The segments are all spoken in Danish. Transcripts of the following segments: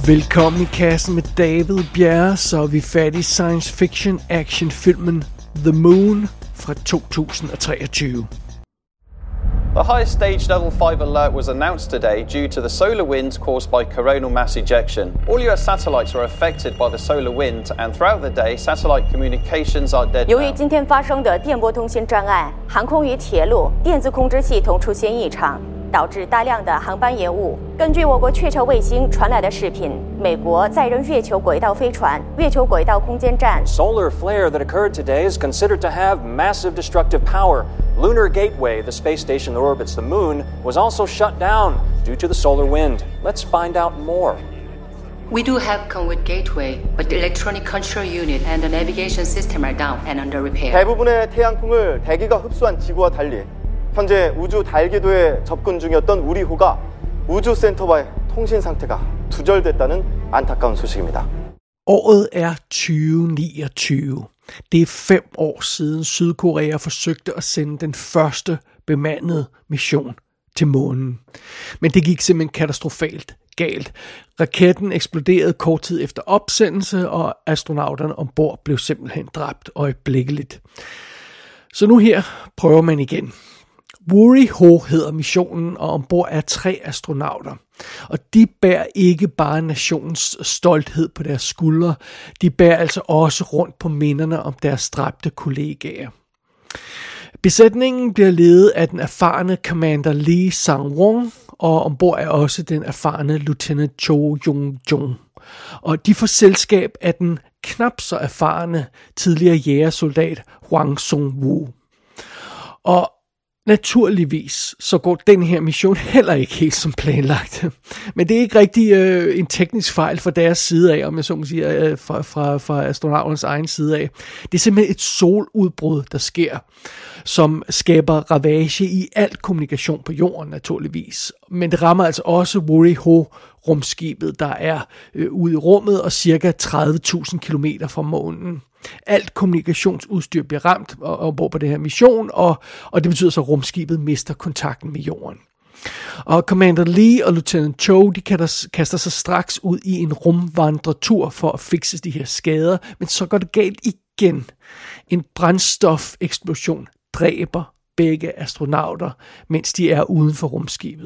Velkommen i kassen med David Bjerre, så er vi fat i science fiction actionfilmen The Moon fra 2023. The highest stage level 5 alert was announced today due to the solar winds caused by coronal mass ejection. All US satellites were affected by the solar wind, and throughout the day, satellite communications are dead. 由于今天发生的电波通信障碍，航空与铁路电子控制系统出现异常，导致大量的航班延误。根据我国雀巢卫星传来的视频，美国载人月球轨道飞船、月球轨道空间站 Solar flare that occurred today is considered to have massive destructive power. Lunar Gateway, the space station that orbits the moon, was also shut down due to the solar wind. Let's find out more. We do have convoy gateway, but the electronic control unit and the navigation system are down and under repair. 대부분의 태양풍을 대기가 흡수한 지구와 달리 현재 우주 달궤도에 접근 중이었던 우리호가 우주센터와의 통신 상태가 두절됐다는 안타까운 소식입니다. Året er 2029. Det er 5 år siden Sydkorea forsøgte at sende den første bemandede mission til månen. Men det gik simpelthen katastrofalt galt. Raketten eksploderede kort tid efter opsendelse, og astronauterne ombord blev simpelthen dræbt øjeblikkeligt. Så nu her prøver man igen. Wuri-ho hedder missionen, og ombord er 3 astronauter. Og de bærer ikke bare nationens stolthed på deres skuldre, de bærer altså også rundt på minderne om deres dræbte kollegaer. Besætningen bliver ledet af den erfarne commander Lee Sang-won, og ombord er også den erfarne lieutenant Cho Yong-jung. Og de får selskab af den knap så erfarne tidligere jægersoldat Hwang Sung-woo. Og naturligvis så går den her mission heller ikke helt som planlagt. Men det er ikke rigtig en teknisk fejl fra deres side af, om jeg så må sige, fra astronauternes egen side af. Det er simpelthen et soludbrud, der sker, som skaber ravage i al kommunikation på jorden naturligvis. Men det rammer altså også Wuri-ho rumskibet, der er ude i rummet og cirka 30.000 kilometer fra månen. Alt kommunikationsudstyr bliver ramt ombord på det her mission, og det betyder så, at rumskibet mister kontakten med jorden. Og Commander Lee og Lieutenant Cho, de kaster sig straks ud i en rumvandretur for at fikse de her skader, men så går det galt igen. En brændstofeksplosion dræber begge astronauter, mens de er uden for rumskibet.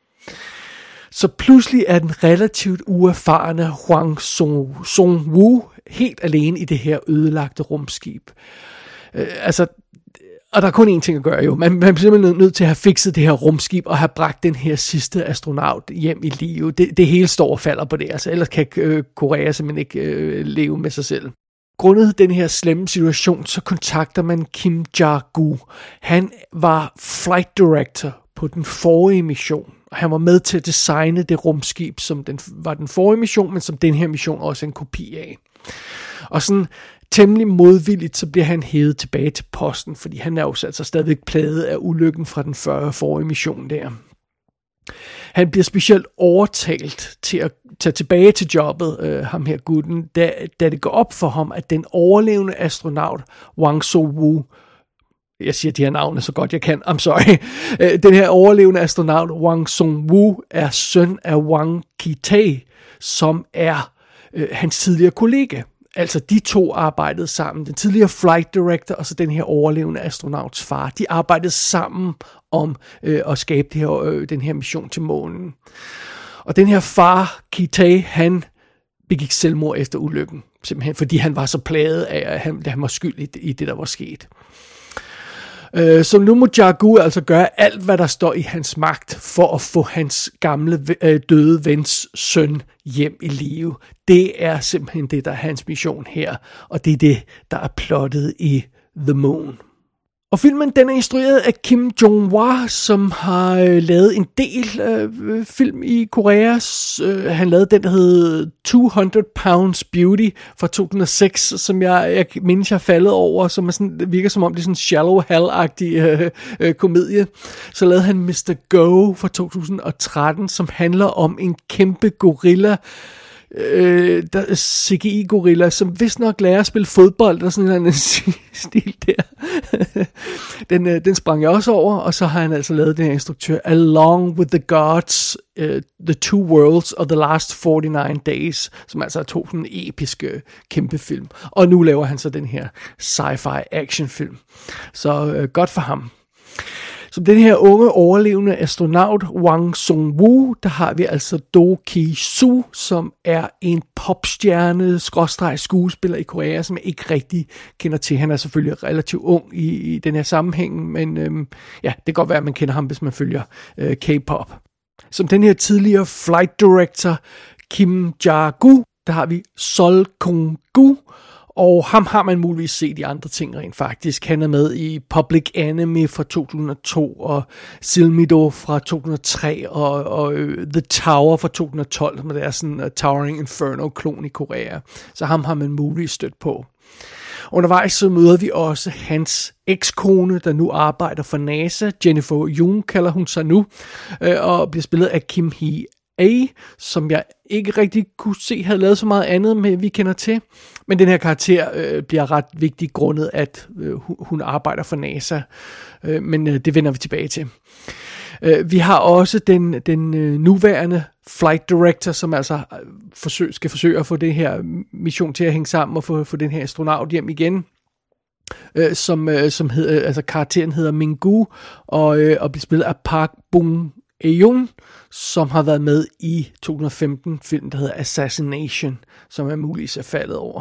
Så pludselig er den relativt uerfarne Hwang Sung-woo helt alene i det her ødelagte rumskib. Og der er kun én ting at gøre jo. Man er simpelthen nødt til at have fikset det her rumskib og have bragt den her sidste astronaut hjem i live. Det hele står og falder på det. Altså, ellers kan Korea simpelthen ikke leve med sig selv. Grundet den her slemme situation, så kontakter man Kim Ja-gu. Han var flight director på den forrige mission. Han var med til at designe det rumskib, som var den forrige mission, men som den her mission også er en kopi af. Og sådan temmelig modvilligt, så bliver han hævet tilbage til posten, fordi han er jo altså stadigvæk plaget af ulykken fra den forrige mission der. Han bliver specielt overtalt til at tage tilbage til jobbet, ham her gutten, da det går op for ham, at den overlevende astronaut, Hwang So-woo, jeg siger de her navne så godt jeg kan, I'm sorry. Den her overlevende astronaut, Hwang Sung-woo, er søn af Wang Ki-tae, som er hans tidligere kollega. Altså de to arbejdede sammen, den tidligere flight director og så den her overlevende astronauts far. De arbejdede sammen om at skabe den her mission til månen. Og den her far, Ki-tae, han begik selvmord efter ulykken, simpelthen fordi han var så plaget af, at han var skyld i det, der var sket. Så nu må Ja-gu altså gøre alt, hvad der står i hans magt, for at få hans gamle døde vens søn hjem i live. Det er simpelthen det, der er hans mission her, og det er det, der er plottet i The Moon. Og filmen, den er instrueret af Kim Jong-hwa, som har lavet en del film i Korea. Han lavede den, der hed 200 Pounds Beauty fra 2006, som jeg mindes, jeg faldet over, som er sådan, det virker som om det er sådan en Shallow Hell-agtig komedie. Så lavede han Mr. Go fra 2013, som handler om en kæmpe gorilla, der CGI-gorilla, som vist nok lærer at spille fodbold, og sådan en stil der. Den sprang jeg også over, og så har han altså lavet den her instruktør, Along with the Gods, The Two Worlds og The Last 49 Days, som altså er to sådan episke kæmpefilm. Og nu laver han så den her sci-fi actionfilm. Så godt for ham. Som den her unge overlevende astronaut Wang Song-woo, der har vi altså Do Ki-soo, som er en popstjerne, skuespiller i Korea, som jeg ikke rigtig kender til. Han er selvfølgelig relativt ung i den her sammenhæng, men ja, det kan godt være, at man kender ham, hvis man følger K-pop. Som den her tidligere flight director Kim Ja-gu, der har vi Sol Kong-gu, og ham har man muligvis set i andre ting rent faktisk. Han er med i Public Enemy fra 2002, og Silmido fra 2003, og The Tower fra 2012, som det er sådan en Towering Inferno-klon i Korea. Så ham har man muligvis stødt på. Undervejs så møder vi også hans ekskone, der nu arbejder for NASA. Jennifer Jung kalder hun sig nu, og bliver spillet af Kim Hee-a, som jeg ikke rigtig kunne se havde lavet så meget andet med, vi kender til. Men den her karakter bliver ret vigtig grundet, at hun arbejder for NASA. Men det vender vi tilbage til. Vi har også den nuværende flight director, som altså skal forsøge at få det her mission til at hænge sammen og få den her astronaut hjem igen. Som hedder, altså karakteren hedder Mingu og bliver spillet af Park Bong-eun, som har været med i 2015 film, der hedder Assassination, som er muligvis er faldet over.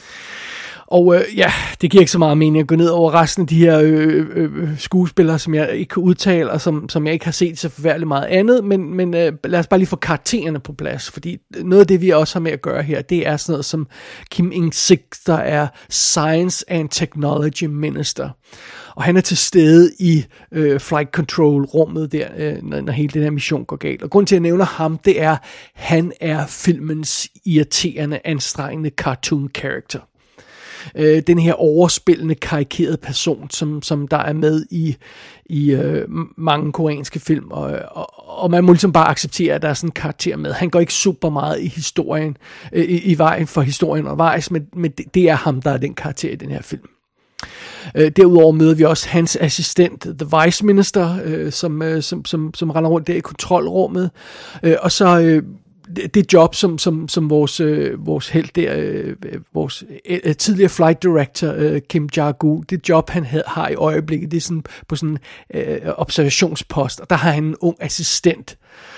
Og ja, det giver ikke så meget mening at gå ned over resten af de her skuespillere, som jeg ikke kan udtale, og som jeg ikke har set så forfærdeligt meget andet, men lad os bare lige få karaktererne på plads, fordi noget af det, vi også har med at gøre her, det er sådan noget som Kim In-sik, der er Science and Technology Minister. Og han er til stede i flight control-rummet der, når hele den her mission går galt. Og grunden til, at jeg nævner ham, det er, han er filmens irriterende, anstrengende cartoon character. Den her overspillende, karikerede person, som der er med i mange koreanske film, og man må ligesom bare acceptere, at der er sådan en karakter med. Han går ikke super meget i historien, i vejen for historien undervejs, men det er ham, der er den karakter i den her film. Derudover møder vi også hans assistent, The Vice Minister, som render rundt der i kontrolrummet, og så det job, som vores helt der, vores tidligere flight director, Kim Ja-gu, det job, han har i øjeblikket, det er sådan på sådan observationspost, og der har han en ung assistent,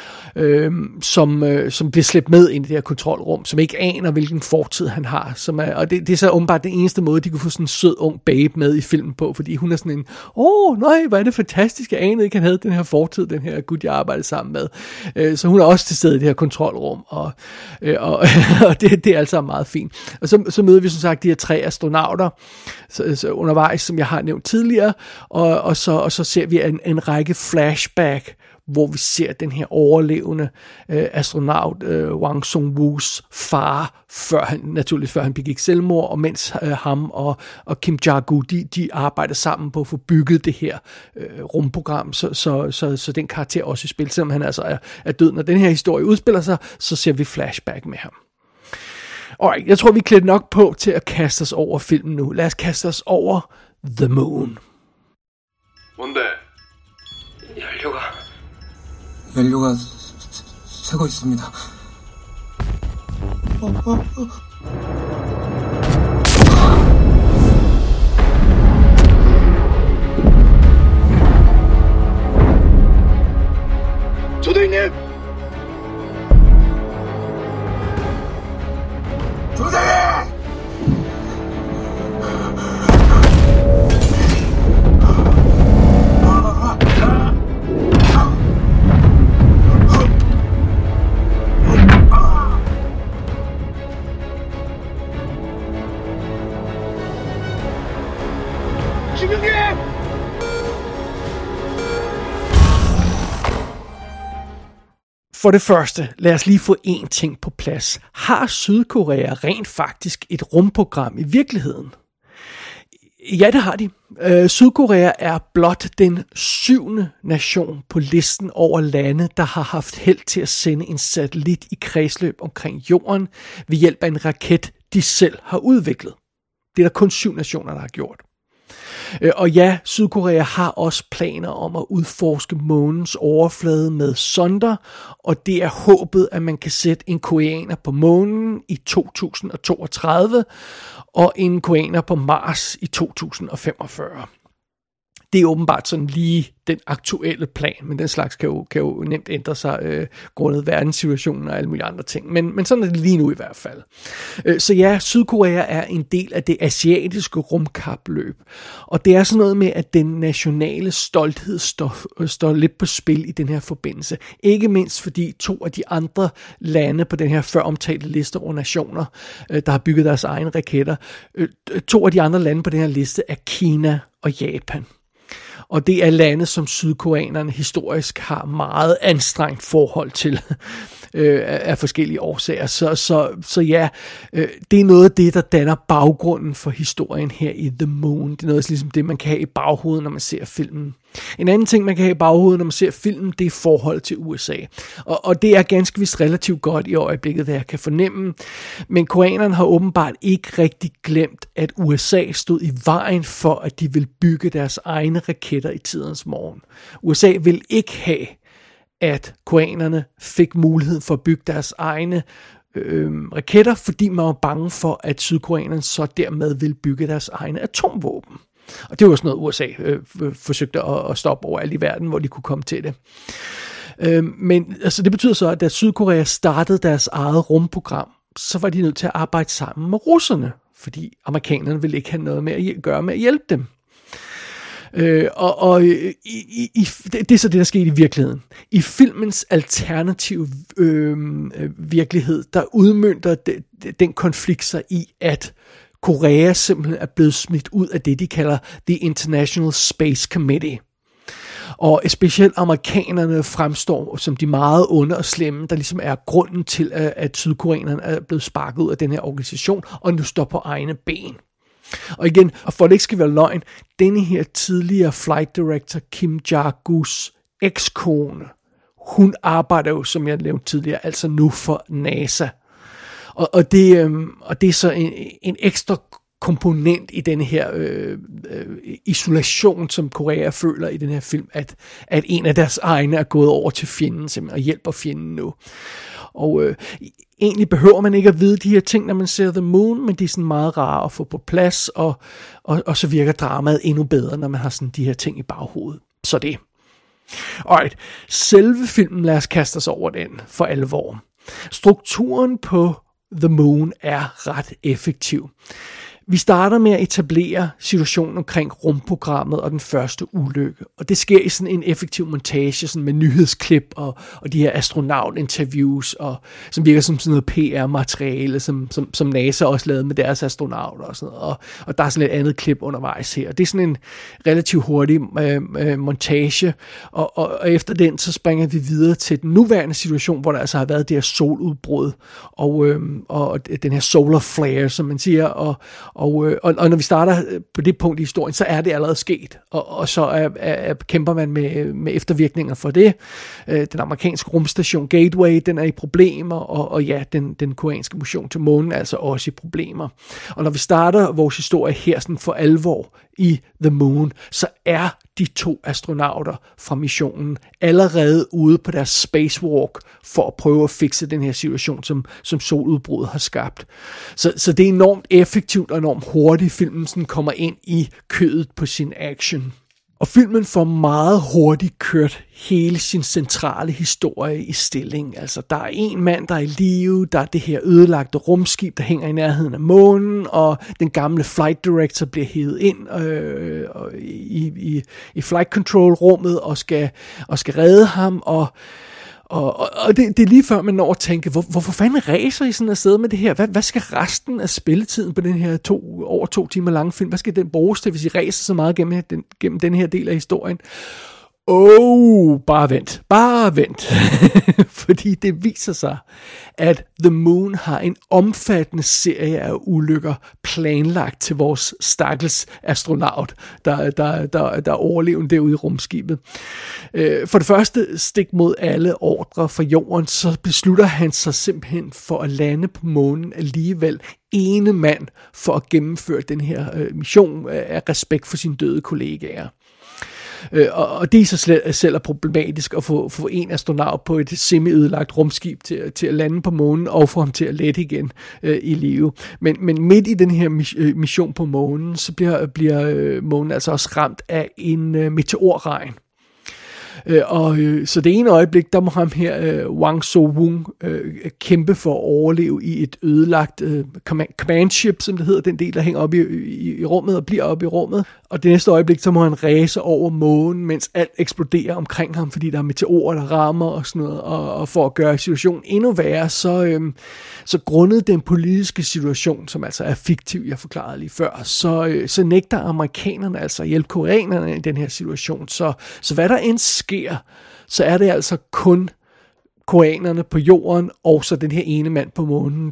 som bliver slæbt med ind i det her kontrolrum, som ikke aner, hvilken fortid han har. Og det er så åbenbart den eneste måde, de kunne få sådan en sød ung babe med i filmen på, fordi hun er sådan en, nej, hvor er det fantastisk, jeg anede ikke, han havde den her fortid, den her gut, jeg arbejdede sammen med. Så hun er også til stede i det her kontrolrum, og det er altså meget fint. Og så møder vi som sagt de her 3 astronauter så undervejs, som jeg har nævnt tidligere, og så ser vi en række flashback, hvor vi ser den her overlevende astronaut Wang Song-woos far, før han begik selvmord, og mens ham og Kim Ja-gu, de arbejder sammen på at få bygget det her rumprogram, så den karakter også i spil, selvom han altså er død. Når den her historie udspiller sig, så ser vi flashback med ham. Alright, jeg tror, vi er klædt nok på til at kaste os over filmen nu. Lad os kaste os over The Moon. 뭔데? 연료가 새고 있습니다. 조대인님! 조대인! For det første, lad os lige få én ting på plads. Har Sydkorea rent faktisk et rumprogram i virkeligheden? Ja, det har de. Sydkorea er blot den 7. nation på listen over lande, der har haft held til at sende en satellit i kredsløb omkring jorden ved hjælp af en raket, de selv har udviklet. Det er der kun 7 nationer, der har gjort. Og ja, Sydkorea har også planer om at udforske månens overflade med sonder, og det er håbet, at man kan sætte en koreaner på månen i 2032 og en koreaner på Mars i 2045. Det er åbenbart sådan lige den aktuelle plan, men den slags kan jo nemt ændre sig grundet verdenssituationen og alle mulige andre ting. Men sådan er det lige nu i hvert fald. Så ja, Sydkorea er en del af det asiatiske rumkapløb. Og det er sådan noget med, at den nationale stolthed står lidt på spil i den her forbindelse. Ikke mindst fordi 2 af de andre lande på den her før omtalte liste over nationer, der har bygget deres egne raketter, 2 af de andre lande på den her liste er Kina og Japan. Og det er lande, som sydkoreanerne historisk har meget anstrengt forhold til af forskellige årsager. Så ja, det er noget af det, der danner baggrunden for historien her i The Moon. Det er noget ligesom det, man kan have i baghovedet, når man ser filmen. En anden ting, man kan have i baghovedet, når man ser filmen, det er forhold til USA. Og det er ganske vist relativt godt i øjeblikket, hvad jeg kan fornemme. Men koreanerne har åbenbart ikke rigtig glemt, at USA stod i vejen for, at de vil bygge deres egne raketter i tidens morgen. USA vil ikke have, at koreanerne fik muligheden for at bygge deres egne raketter, fordi man var bange for, at sydkoreanerne så dermed ville bygge deres egne atomvåben. Og det var også noget, USA forsøgte at stoppe over alt i verden, hvor de kunne komme til det. Men altså, det betyder så, at da Sydkorea startede deres eget rumprogram, så var de nødt til at arbejde sammen med russerne, fordi amerikanerne ville ikke have noget med at gøre med at hjælpe dem. Det er så det, der skete i virkeligheden. I filmens alternative virkelighed, der udmønter den konflikt sig i, at Korea simpelthen er blevet smidt ud af det, de kalder The International Space Committee. Og specielt amerikanerne fremstår som de meget onde og slemme, der ligesom er grunden til, at sydkoreanerne er blevet sparket ud af den her organisation, og nu står på egne ben. Og igen, og for det ikke skal være løgn, denne her tidligere flight director Kim Jong-gus ekskone, hun arbejder jo, som jeg nævnte tidligere, altså nu for NASA. Og det er så en ekstra komponent i den her isolation, som Korea føler i den her film, at en af deres egne er gået over til fjenden simpelthen, og hjælper fjenden nu. Og egentlig behøver man ikke at vide de her ting, når man ser The Moon, men de er sådan meget rare at få på plads, og så virker dramaet endnu bedre, når man har sådan de her ting i baghovedet. Så det. Alright, selve filmen, lad os kaste os over den for alvor. Strukturen på The Moon er ret effektiv. Vi starter med at etablere situationen omkring rumprogrammet og den første ulykke. Og det sker i sådan en effektiv montage sådan med nyhedsklip og de her astronautinterviews, som virker som sådan noget PR-materiale, som NASA også lavede med deres astronauter og sådan noget. Og der er sådan et andet klip undervejs her. Det er sådan en relativt hurtig montage, og efter den så springer vi videre til den nuværende situation, hvor der altså har været det her soludbrud og den her solar flare, som man siger, og når vi starter på det punkt i historien, så er det allerede sket, og så kæmper man med eftervirkninger for det. Den amerikanske rumstation Gateway, den er i problemer, og ja, den koreanske mission til månen er altså også i problemer. Og når vi starter vores historie her sådan for alvor i The Moon, så er de 2 astronauter fra missionen allerede ude på deres spacewalk for at prøve at fikse den her situation, som soludbruddet har skabt. Så det er enormt effektivt og enormt hurtigt, filmen sådan kommer ind i kødet på sin action. Og filmen får meget hurtigt kørt hele sin centrale historie i stilling. Altså, der er en mand, der er i live, der er det her ødelagte rumskib, der hænger i nærheden af månen, og den gamle flight director bliver hævet ind i flight control-rummet og skal redde ham, og det er lige før man når at tænke, hvorfor fanden ræser I sådan afsted med det her? Hvad skal resten af spilletiden på den her over 2 timer lange film, hvad skal den bruges til, hvis I ræser så meget gennem den her del af historien? Bare vent. Fordi det viser sig, at The Moon har en omfattende serie af ulykker planlagt til vores stakkels astronaut, der overlever derude i rumskibet. For det første, stik mod alle ordre fra jorden, så beslutter han sig simpelthen for at lande på månen alligevel ene mand for at gennemføre den her mission af respekt for sine døde kollegaer. Og det i sig selv er problematisk at få en astronaut på et semi-ødelagt rumskib til at lande på månen og få ham til at lette igen i live. Men midt i den her mission på månen, så bliver månen altså også ramt af en meteorregn. Så det ene øjeblik, der må ham her, Wang So-Wung, kæmpe for at overleve i et ødelagt command ship, som det hedder, den del, der hænger op i rummet og bliver op i rummet. Og det næste øjeblik, så må han ræse over månen, mens alt eksploderer omkring ham, fordi der er meteorer, der rammer og sådan noget. Og for at gøre situationen endnu værre, så grundet den politiske situation, som altså er fiktiv, jeg forklarede lige før, så nægter amerikanerne altså at hjælpe koreanerne i den her situation. Så hvad der end sker, så er det altså kun koreanerne på jorden, og så den her ene mand på månen,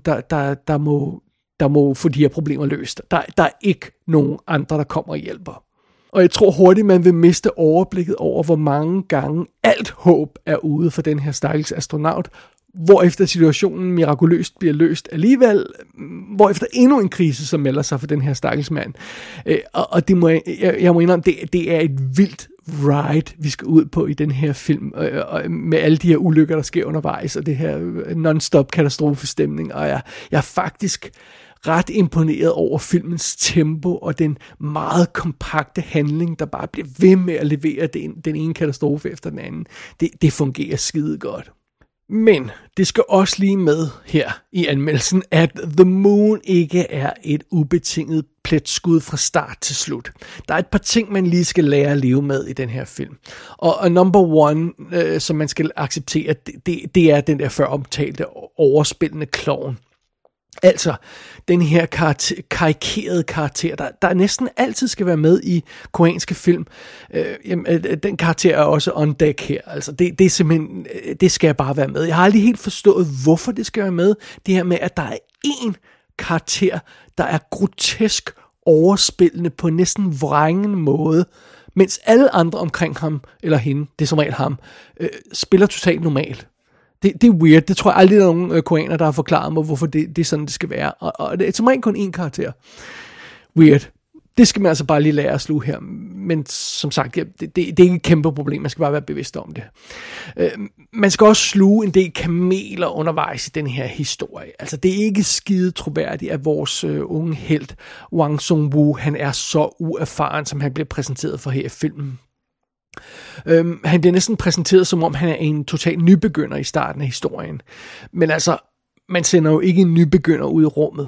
der må få de her problemer løst. Der er ikke nogen andre, der kommer og hjælper. Og jeg tror hurtigt, man vil miste overblikket over, hvor mange gange alt håb er ude for den her stakkels astronaut, hvorefter situationen mirakuløst bliver løst alligevel, hvorefter endnu en krise, som melder sig for den her stakkels mand. Og det må jeg må indrømme, det er et vildt ride, vi skal ud på i den her film, med alle de her ulykker, der sker undervejs, og det her non-stop katastrofestemning, og jeg er faktisk ret imponeret over filmens tempo og den meget kompakte handling, der bare bliver ved med at levere den ene katastrofe efter den anden. Det fungerer skide godt. Men det skal også lige med her i anmeldelsen, at The Moon ikke er et ubetinget pletskud fra start til slut. Der er et par ting, man lige skal lære at leve med i den her film. Og number one, som man skal acceptere, det er den der før omtalte overspillende klovn. Altså, den her karikerede karakter, der næsten altid skal være med i koreanske film, den karakter er også on deck her. Altså, det er simpelthen, det skal bare være med. Jeg har aldrig helt forstået, hvorfor det skal være med. Det her med, at der er én karakter, der er grotesk overspillende på en næsten vrængende måde, mens alle andre omkring ham, eller hende, det er som regel ham, spiller totalt normalt. Det er weird. Det tror jeg aldrig, der er nogen koreaner, der har forklaret mig, hvorfor det er sådan, det skal være. Og det er som regel kun én karakter. Weird. Det skal man altså bare lige lære at sluge her. Men som sagt, det er ikke et kæmpe problem. Man skal bare være bevidst om det. Man skal også sluge en del kameler undervejs i den her historie. Altså, det er ikke skide troværdigt, at vores unge helt, Wang So-Wung, han er så uerfaren, som han bliver præsenteret for her i filmen. Han bliver næsten præsenteret, som om han er en total nybegynder i starten af historien. Men altså, man sender jo ikke en nybegynder ud i rummet.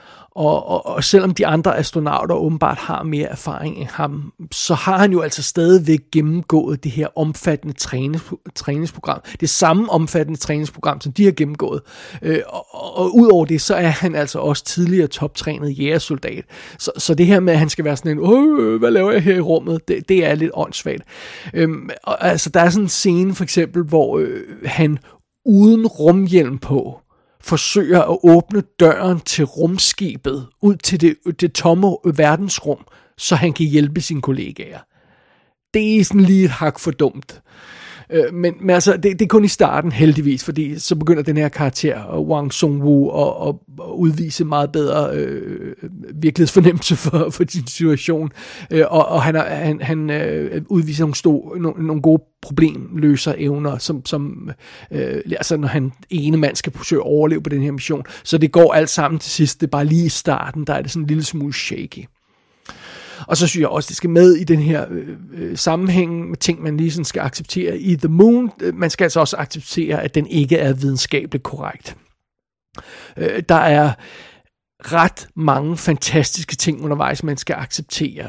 Og selvom de andre astronauter åbenbart har mere erfaring end ham, så har han jo altså stadigvæk gennemgået det her omfattende træningsprogram. Det samme omfattende træningsprogram, som de har gennemgået. Og udover det, så er han altså også tidligere toptrænet jægersoldat. Så det her med, at han skal være sådan en, hvad laver jeg her i rummet, det er lidt åndssvagt. Altså, der er sådan en scene, for eksempel, hvor han uden rumhjelm på forsøger at åbne døren til rumskibet ud til det tomme verdensrum, så han kan hjælpe sine kollegaer. Det er sådan lige et hak for dumt. Men altså, det er kun i starten heldigvis, fordi så begynder den her karakter, Wang So-Wung, at udvise meget bedre virkelighedsfornemmelse for sin situation. Og han udviser nogle gode problemløser evner, som altså når han ene mand skal forsøge at overleve på den her mission. Så det går alt sammen til sidst. Det er bare lige i starten, der er det sådan en lille smule shaky. Og så synes jeg også, det skal med i den her sammenhæng med ting, man lige sådan skal acceptere i The Moon. Man skal altså også acceptere, at den ikke er videnskabeligt korrekt. Der er ret mange fantastiske ting undervejs, man skal acceptere.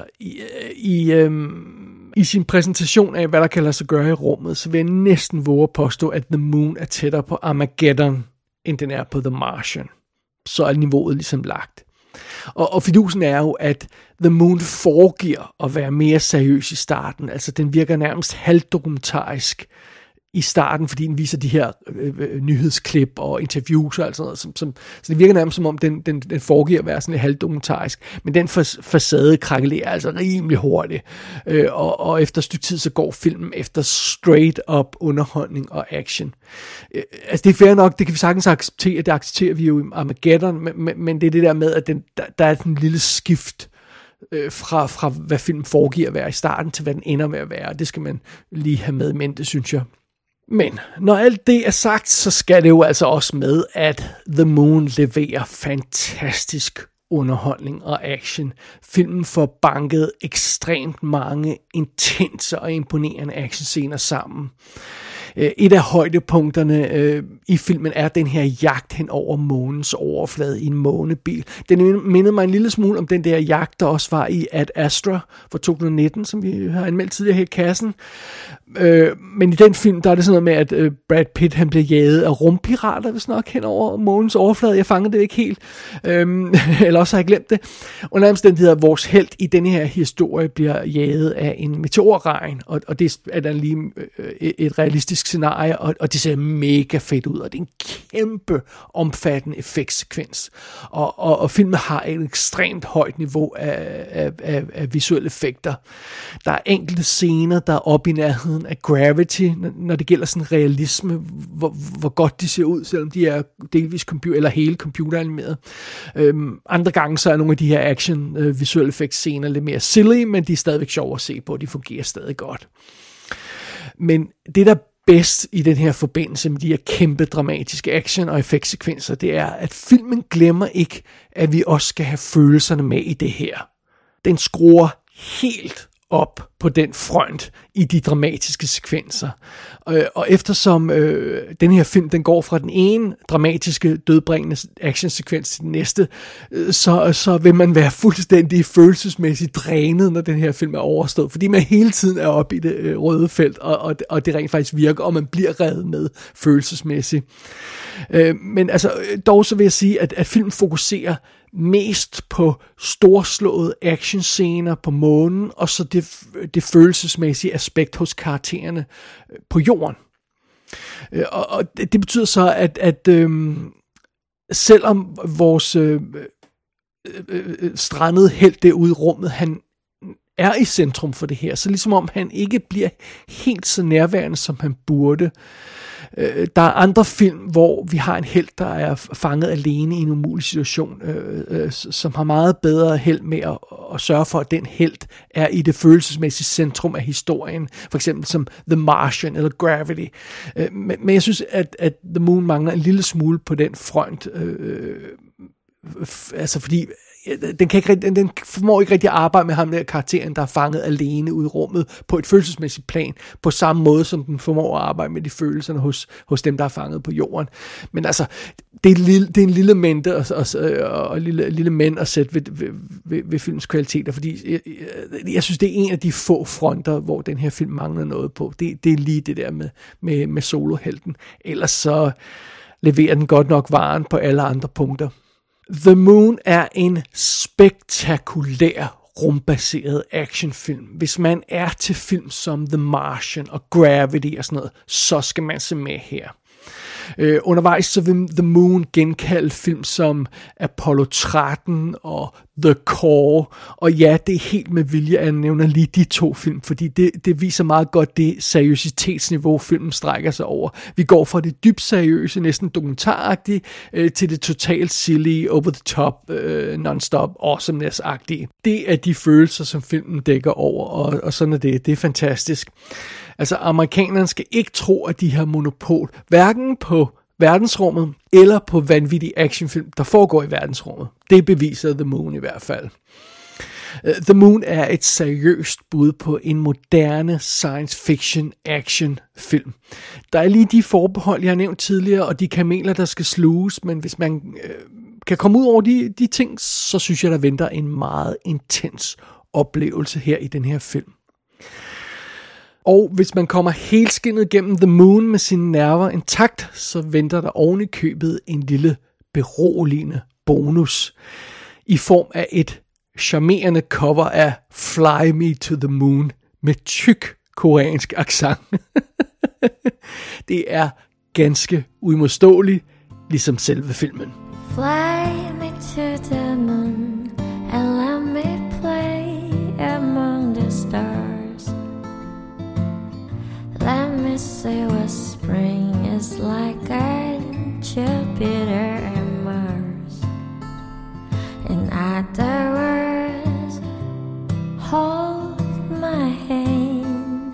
I sin præsentation af, hvad der kan lade sig gøre i rummet, så vil jeg næsten våge at påstå, at The Moon er tættere på Armageddon, end den er på The Martian. Så er niveauet ligesom lagt. Og fidusen er jo, at The Moon foregiver at være mere seriøs i starten. Altså, den virker nærmest halvdokumentarisk i starten, fordi den viser de her nyhedsklip og interviews og alt sådan noget. Så det virker nærmest som om, den foregiver at være sådan lidt halvdokumentarisk. Men den facade krakelerer altså rimelig hurtigt. Og efter et stykke tid, så går filmen efter straight up underholdning og action. Altså det er fair nok, det kan vi sagtens acceptere, det accepterer vi jo i Armageddon, men det er det der med, at der er en lille skift fra hvad filmen foregiver at være i starten, til hvad den ender med at være. Det skal man lige have med i mente, synes jeg. Men når alt det er sagt, så skal det jo altså også med, at The Moon leverer fantastisk underholdning og action. Filmen får banket ekstremt mange intense og imponerende actionscener sammen. Et af højdepunkterne i filmen er den her jagt hen over månens overflade i en månebil. Den mindede mig en lille smule om den der jagt, der også var i Ad Astra fra 2019, som vi har anmeldt tidligere her i kassen. Men i den film, der er det sådan noget med, at Brad Pitt han bliver jaget af rumpirater, hvis nok, hen over månens overflade. Jeg fangede det ikke helt. Eller også har jeg glemt det. Under omstændigheder, vores helt i denne her historie bliver jaget af en meteorregn, og det er der lige et realistisk scenarie, og det ser mega fedt ud, og det er en kæmpe omfattende effektsekvens. Og filmen har et ekstremt højt niveau af visuelle effekter. Der er enkelte scener, der er oppe i nærheden af Gravity, når det gælder sådan realisme, hvor godt de ser ud, selvom de er delvis eller hele computeranimeret. Andre gange så er nogle af de her action visuelle effektscener lidt mere silly, men de er stadigvæk sjove at se på, de fungerer stadig godt. Men det der bedst i den her forbindelse med de her kæmpe dramatiske action- og effektsekvenser, det er, at filmen glemmer ikke, at vi også skal have følelserne med i det her. Den skruer helt op på den front i de dramatiske sekvenser. Og eftersom den her film, den går fra den ene dramatiske, dødbringende actionsekvens til den næste, så vil man være fuldstændig følelsesmæssigt drænet, når den her film er overstået, fordi man hele tiden er oppe i det røde felt, og det rent faktisk virker, og man bliver revet med følelsesmæssigt. Men altså, dog så vil jeg sige, at filmen fokuserer mest på storslåede actionscener på månen, og så det følelsesmæssige aspekt hos karaktererne på jorden. Og det betyder så, at selvom vores strandede helt derude i rummet, han er i centrum for det her, så ligesom om han ikke bliver helt så nærværende, som han burde. Der er andre film, hvor vi har en helt, der er fanget alene i en umulig situation, som har meget bedre held med at sørge for, at den helt er i det følelsesmæssige centrum af historien. For eksempel som The Martian eller Gravity. Men jeg synes, at The Moon mangler en lille smule på den front. Altså fordi den formår ikke rigtig at arbejde med ham der karakteren, der er fanget alene ude i rummet på et følelsesmæssigt plan, på samme måde som den formår at arbejde med de følelserne hos dem, der er fanget på jorden. Men altså, det er en lille mente og lille mænd at sætte ved filmens kvaliteter, fordi jeg synes, det er en af de få fronter, hvor den her film mangler noget på. Det er lige det der med solohelten. Ellers så leverer den godt nok varen på alle andre punkter. The Moon er en spektakulær rumbaseret actionfilm. Hvis man er til film som The Martian og Gravity og sådan noget, så skal man se med her. Undervejs så vil The Moon genkalde film som Apollo 13 og The Core, og ja, det er helt med vilje, at jeg nævner lige de to film, fordi det viser meget godt det seriøsitetsniveau, filmen strækker sig over. Vi går fra det dybt seriøse, næsten dokumentaragtige, til det totalt silly, over the top, non-stop awesomeness-agtige. Det er de følelser, som filmen dækker over, og sådan er det. Det er fantastisk. Altså, amerikanerne skal ikke tro, at de har monopol, hverken på verdensrummet eller på vanvittige actionfilm, der foregår i verdensrummet. Det beviser The Moon i hvert fald. The Moon er et seriøst bud på en moderne science fiction action film. Der er lige de forbehold, jeg har nævnt tidligere, og de kameler, der skal sluges, men hvis man kan komme ud over de ting, så synes jeg, der venter en meget intens oplevelse her i den her film. Og hvis man kommer helskindet gennem The Moon med sine nerver intakt, så venter der oven i købet en lille beroligende bonus. i form af et charmerende cover af Fly Me to the Moon med tyk koreansk accent. Det er ganske uimodståeligt, ligesom selve filmen. Fly me to the moon and let me play among the stars. Let me see what spring is like on Jupiter and Mars. In other words, hold my hand.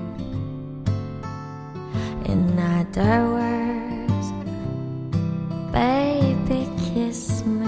In other words, baby, kiss me.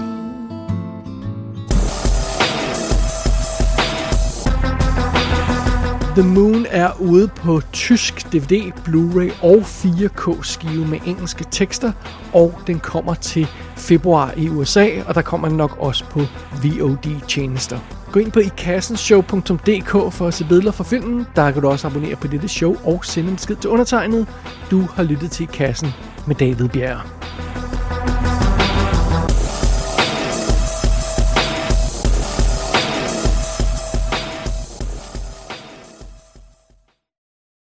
The Moon er ude på tysk DVD, Blu-ray og 4K-skive med engelske tekster, og den kommer til februar i USA, og der kommer den nok også på VOD-tjenester. Gå ind på ikassenshow.dk for at se billeder fra filmen. Der kan du også abonnere på dette show og sende en besked til undertegnet. Du har lyttet til I Kassen med David Bjerre.